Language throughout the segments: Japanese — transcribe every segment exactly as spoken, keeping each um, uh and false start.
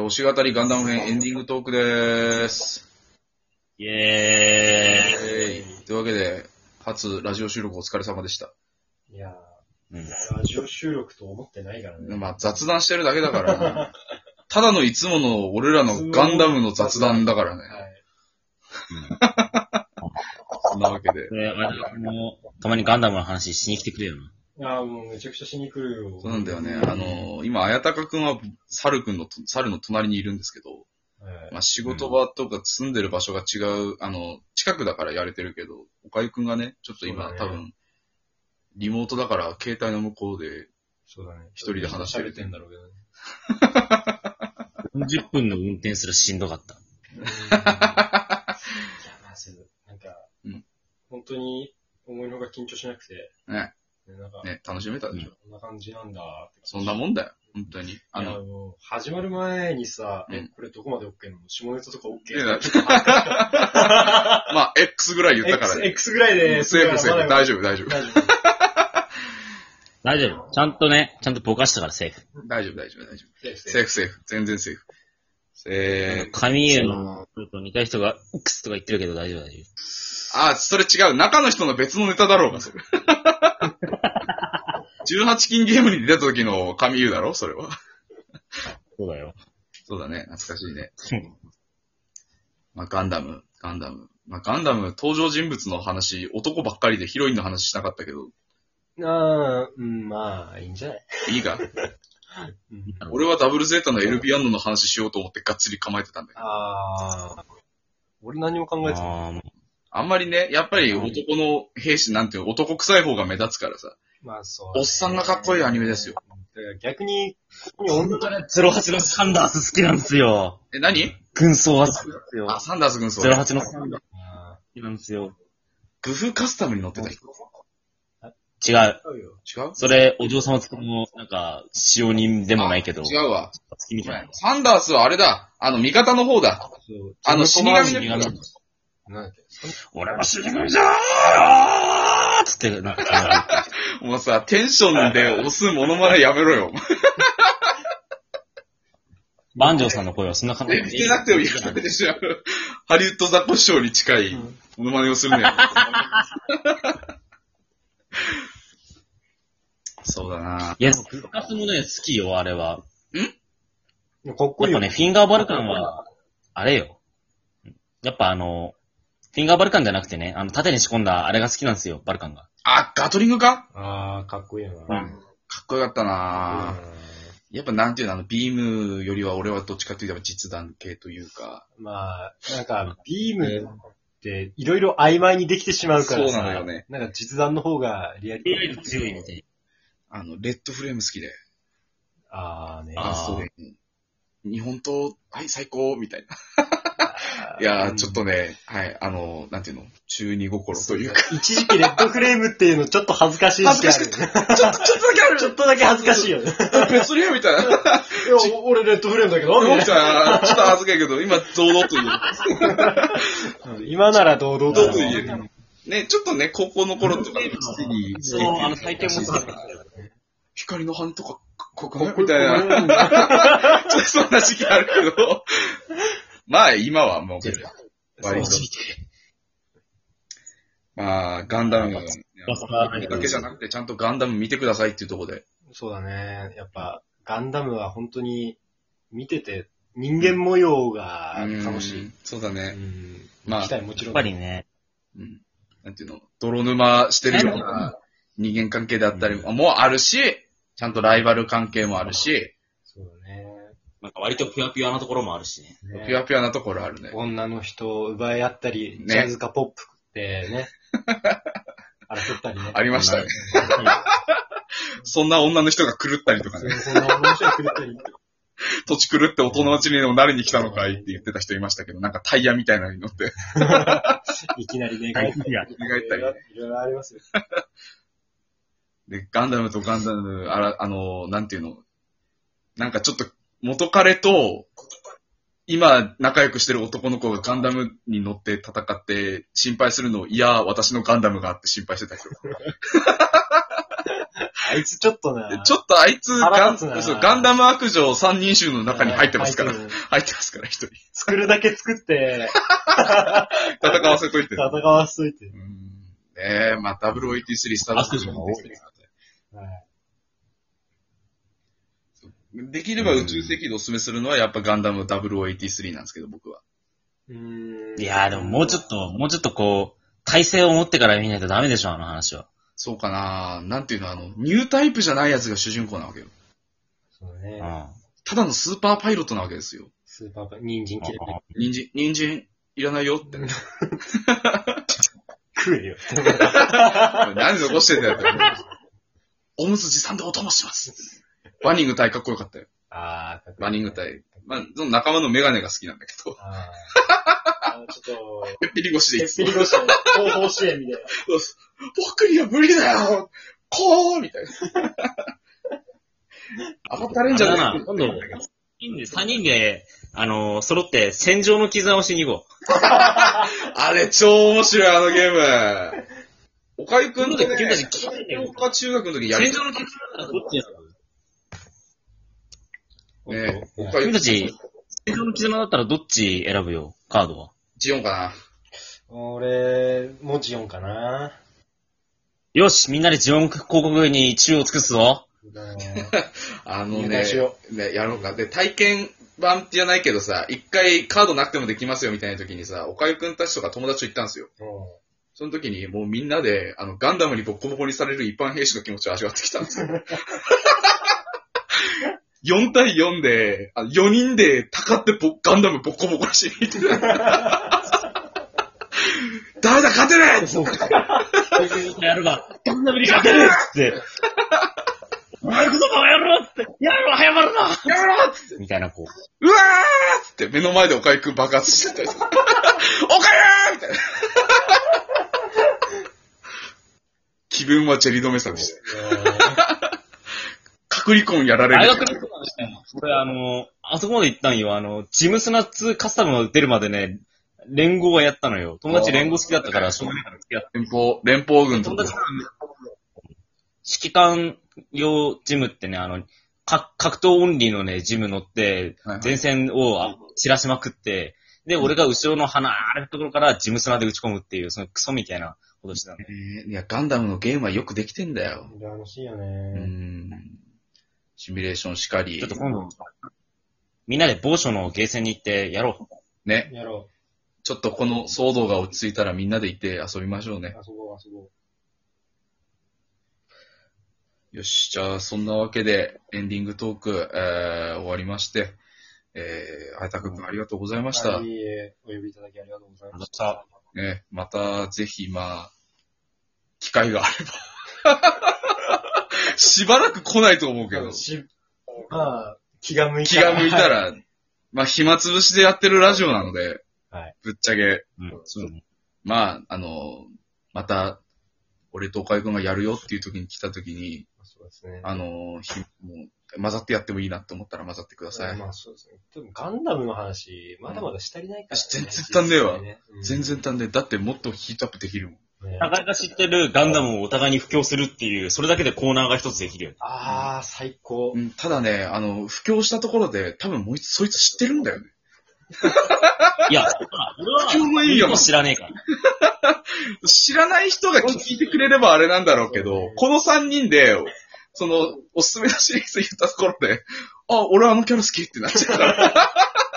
推し語りガンダム編エンディングトークでーす。 イエーイ。というわけで、初ラジオ収録お疲れ様でした。 いやー、 うん、 ラジオ収録と思ってないからね。 まあ雑談してるだけだからな。ただのいつもの俺らのガンダムの雑談だからね。はい。そんなわけで。 で、私もたまにガンダムの話しに来てくれよな。 いやーもうめちゃくちゃしに来るよ。 そうなんだよね。あのー、今、綾鷹くんはサルくんの、サルの隣にいるんですけど、はい、まあ仕事場とか住んでる場所が違う、あの、近くだからやれてるけど、おかゆくんがね、ちょっと今、ね、多分、リモートだから携帯の向こうで、そうだね。一人で話してる。 喋ってんだろうけどね。 よんじゅっぷんの運転すらしんどかった。いや、 マジで、なんか、うん、本当に思いのほか緊張しなくて。 ね。なんかね、楽しめたでしょ。 こんな感じなんだって。 そんなもんだよ、本当に。 あの、もう始まる前にさ、うん、え、これどこまで OK なの？下ネタとか OK？ まあ、X ぐらい言ったからね。 X, X ぐらいで。 セーフ、セーフ。大丈夫、大丈夫。 大丈夫。大丈夫。ちゃんとね、ちゃんとぼかしたからセーフ。 大丈夫、大丈夫、大丈夫。セーフ、セーフ。全然セーフ。 えー、神優のと似た人が X とか言ってるけど大丈夫、大丈夫。 ああ、それ違う。中の人の別のネタだろうが、それ。じゅうはち金ゲームに出た時の神優だろそれは。 そうだよ。 そうだね。懐かしいね。まあ、ガンダム、ガンダム。まあ、ガンダム、登場人物の話、男ばっかりでヒロインの話しなかったけど。 ああ、うん、まあ、いいんじゃないいいか、うん、俺はダブルゼータのエルビアンノの話しようと思ってがっつり構えてたんだけど。 ああ。俺何も考えてない。 あんまりね、やっぱり男の兵士なんていう男臭い方が目立つからさ。 まあそう、 ね。おっさんがかっこいいアニメですよ。 逆に、 本当ね、ゼロはちのサンダース好きなんですよ。 え、何？ 軍曹は好きなんですよ。 あ、サンダース軍曹。 ゼロはちのサンダース好きなんですよ。 グフカスタムに乗ってた人。 違う。 違うそれ、お嬢様つくの、なんか、使用人でもないけど。 違うわ。好きみたいな。サンダースはあれだ。あの、味方の方だ。あの、死神の方だ。 なんだっけ俺は死神じゃーつって、なんか、 もうさ、テンションで押すモノマネやめろよ。 バンジョーさんの声はそんな感じで。してなくてもいいからでしょ。ハリウッドザコシショウに近いモノマネをするね。そうだな。 いや、でも、クッカスもね、好きよ、あれは。 んかっこいいよ。 やっぱね、フィンガーバルカンは、あれよ。やっぱあの、フィンガーバルカンじゃなくてね、あの、縦に仕込んだあれが好きなんですよ、バルカンが。 あ、ガトリングか？ ああ、かっこいいな。うん。 かっこよかったな。やっぱなんていうの、あの、ビームよりは俺はどっちかというと実弾系というか。 まあ、なんか、ビームっていろいろ曖昧にできてしまうからさ。 そうなのよね。 なんか実弾の方がリアリティ強いみたいな。あの、レッドフレーム好きで。 ああね。 ああ、そう。日本刀、はい、最高みたいな。いやー、ちょっとね、はい、あの、なんていうの、中二心というか。 一時期レッドフレームっていうのちょっと恥ずかしい時期ある。 恥ずかしい。ちょっと、ちょっとだけある。 ちょっとだけ恥ずかしいよね。 別にみたいな。いや、 俺レッドフレームだけど、 みたいな。ちょっと恥ずかしいけど、今、堂々と言える。今なら堂々と言える。ね、ちょっとね、高校の頃とか、 そう、あの、体験もそうだ光の羽とか、ここみたいな。ちょっとそんな時期あるけど。まあ、今はもう、割と。まあ、ガンダムだけじゃなくて、ちゃんとガンダム見てくださいっていうところで。 そうだね。やっぱ、ガンダムは本当に見てて、人間模様が楽しい。うん、 そうだね。 うん、まあ、もちろん。 やっぱりね。 うん。なんていうの、泥沼してるような人間関係であったりもあるし、ちゃんとライバル関係もあるし。 そうだね。 なんか割とピュアピュアなところもあるしね。 ね、ピュアピュアなところあるね。 女の人を奪い合ったり、ね、ジャズかポップってね。争ったりね。 ありましたね。そんな女の人が狂ったりとかね。 そんな女の人が狂ったり。 土地狂って大人の地にでも慣れに来たのかいって言ってた人いましたけど、なんかタイヤみたいなのに乗って。 いきなりね、帰ったり。 帰ったり。 いろいろありますよ。 で、ガンダムとガンダム、あら、あの、なんていうの、なんかちょっと元彼と、今仲良くしてる男の子がガンダムに乗って戦って心配するのを、いや、私のガンダムがあって心配してた人。 あいつちょっとな。 ちょっとあいつガン、 腹立つなそうガンダム悪女三人衆の中に入ってますから。 入ってる入ってますから、一人。 作るだけ作って、 戦わせといて。 戦わせといて。 うんねえ、まあ、ダブルオーエイティースリースタート悪女が多いですはい。 できれば宇宙世紀でお勧めするのはやっぱガンダムダブルオーエイティースリーなんですけど、僕は。 うーん。 いやーでももうちょっと、もうちょっとこう、体勢を持ってから見ないとダメでしょ、あの話は。 そうかななんていうの、あの、ニュータイプじゃないやつが主人公なわけよ。 そうね。 うん。 ただのスーパーパイロットなわけですよ。 スーパーパイ、人参切れて。 人参、人参いらないよって。 食えよ。 何残してんだよって。おむつ持参でお供します。バニング隊かっこよかったよ。 あー、 バニング隊。まあ、その仲間のメガネが好きなんだけど。 あーちょっと、 ペッピリ腰でいつペッピリ腰の後方支援みたいな。 そうそう僕には無理だよこうみたいな。アバターレンジャーだな、今度、さんにんで、あのー、揃って戦場の絆をしに行こう。 あれ超面白い、あのゲーム。おかゆくんとね、 君たち聞いてんだよ高校中学の時やる。 戦場の絆だったらどっちやるねえ、おかゆ君たち、戦場の絆だったらどっち選ぶよ、カードは。 ジオンかな。 俺、もちよんかな。 よし、みんなでジオン広告に中を尽くすぞ。 あの入ね会しよ、 ね、やろうか。で、体験版じゃないけどさ、一回カードなくてもできますよみたいな時にさ、おかゆくんたちとか友達と行ったんですよ。 うんその時にもうみんなで、あの、ガンダムにボッコボコにされる一般兵士の気持ちを味わってきたんですよ。よん対よんで、あよにんでたかってボガンダムボッコボコにしに行ってた。誰だ勝てねえそうやるわ。ガンダムに勝てるっつって。お前こそバカ野郎っつって。やめろ、早まるなやめろっつって。 みたいなこう。 うわーっつって目の前でおかゆくん爆発してたりとか。おかゆーみたいな。気分はチェリー止めさでした。隔離婚やられる。 大学のことなんですね。俺あの、あそこまで行ったんよ。あの、ジムスナッツカスタムが出るまでね、連合はやったのよ。友達連合好きだったから、しょうがないから付き合って。 連邦、連邦軍と友達が、指揮官用ジムってね、あの、か格闘オンリーのね、ジム乗って、 はいはい前線を散らしまくって、で、俺が後ろの離れたところからジムスナで打ち込むっていう、そのクソみたいなことしてたんだよ。 えーいや、ガンダムのゲームはよくできてんだよ。 楽しいようね。 ん。シミュレーションしかり。 ちょっと今度、みんなで某所のゲーセンに行ってやろう。 ね。 やろちょっとこの騒動が落ち着いたらみんなで行って遊びましょうね。 う。遊ぼう、遊ぼう。 よし、じゃあ、そんなわけで、エンディングトーク、えー、終わりまして、えー、あやたくんありがとうございました。 はい、いいえ、お呼びいただきありがとうございましあた。 ね、また、ぜひ、まあ、機会があれば。しばらく来ないと思うけど、 しまあ、気が向いた気が向いたら、まあ、暇つぶしでやってるラジオなので、 はい。 ぶっちゃけ、 うん、そうね。 まあ、あの、また、俺と岡井くんがやるよっていう時に来た時に、 そうですね。 あの、ひもう混ざってやってもいいなって思ったら混ざってください。 まあそうですね。でもガンダムの話、まだまだし足りないから、ね全然足んねえわうん全然足んで、だってもっとヒートアップできるもん。 ねお互いが知ってるガンダムをお互いに布教するっていう、それだけでコーナーが一つできるよね。 ああ、最高う。ん、ただね、あの、布教したところで、多分もう一つ、そいつ知ってるんだよね。 いや、俺は、 布教もいいよも知らねえから。 知らない人が聞いてくれればあれなんだろうけど、この三人で、その、おすすめのシリーズ言ったところで、あ、俺あのキャラ好きってなっちゃうから。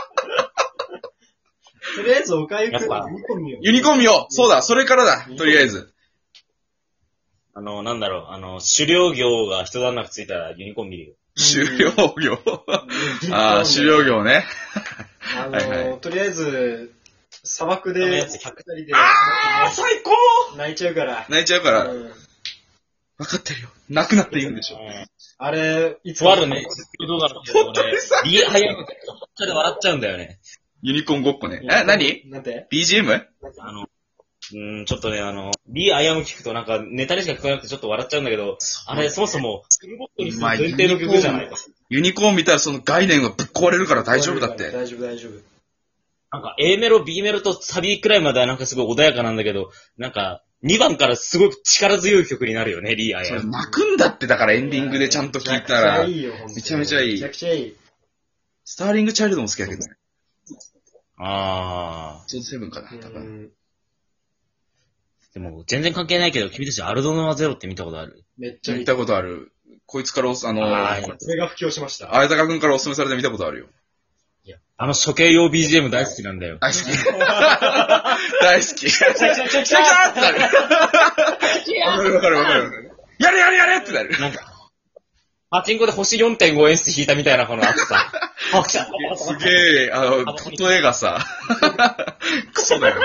とりあえず、おかゆくんやっぱユニコーンよ。 ユニコーン見ようそうだ、それからだ、とりあえず。 あの、なんだろう、あの、狩猟業が一段落ついたらユニコーン見るよ。 狩猟業。ああ、狩猟業ね。 あのはいはとりあえず、砂漠あので、 やつひゃく二人で、 ああ、最高泣いちゃうから。 泣いちゃうから、 うん分かってるよ。泣くなって言うんでしょ。 あれ、いつとあるね、動画の本当にさ俺、リ早くて、それで笑っちゃうんだよね。 ユニコーンごっこね。え、何なんて ?ビージーエム? あの、うーん、ちょっとね、あの、リー・アイアム聞くとなんか、ネタにしか聞こえなくてちょっと笑っちゃうんだけど、あれ、そもそも、スクールボットにする前提の曲じゃないか。 ユニコーン見たらその概念はぶっ壊れるから大丈夫だって。 大丈夫、大丈夫。 なんか、A メロ、B メロとサビくらいまではなんかすごい穏やかなんだけど、なんか、 にばんからすごく力強い曲になるよね、リー・アイアム。 泣くんだってだからエンディングでちゃんと聞いたら。 めちゃめちゃいいよ、 めちゃめちゃいい。 めちゃくちゃいい。 スターリングチャイルドも好きだけどね。 あー。 ちょうどセブンかな、多分。 でも、全然関係ないけど、君たちアルドノアゼロって見たことある？ めっちゃ見たことある。こいつからおす、あのあー、 それが布教しました。 あやたかくんからおすすめされて見たことあるよ。 あの処刑用 ビージーエム 大好きなんだよ。 大好き。大好き。シャキシャキシャキシャキシャキってなる。わかるわかるわかる。やれやれやれってなる。 なんか、パチンコで星 よんてんご 演出引いたみたいなこの熱さ。あ、来た。 すげえ、あの、例えがさ、クソだよね。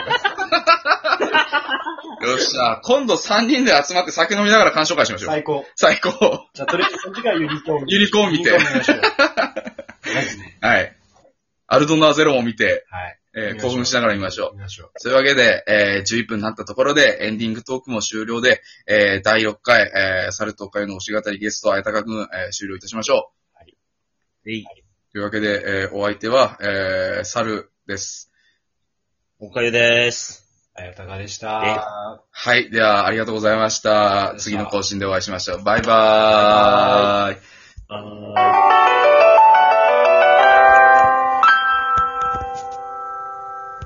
よっしゃ、今度さんにんで集まって酒飲みながら鑑賞会しましょう。 最高。 最高。 じゃあ、とりあえずその時はユニコーン。 ユニコーン見て。 ユニコーン見ましょう。マジね。 はい。アルドナーゼロも見て、 はい。 えー、興奮しながら見ましょう。 見ましょう。 そういうわけで、えー、じゅういっぷんになったところで、エンディングトークも終了で、えー、だいろっかい、えー、サルト会の推し語りゲスト、あやたかくん、えー、終了いたしましょう。はい。 えい。 というわけで、えー、お相手は、えー、サルです。 おかゆです。 あやたかでした。 はい。では、ありがとうございました。次の更新でお会いしましょう。バイバーイ。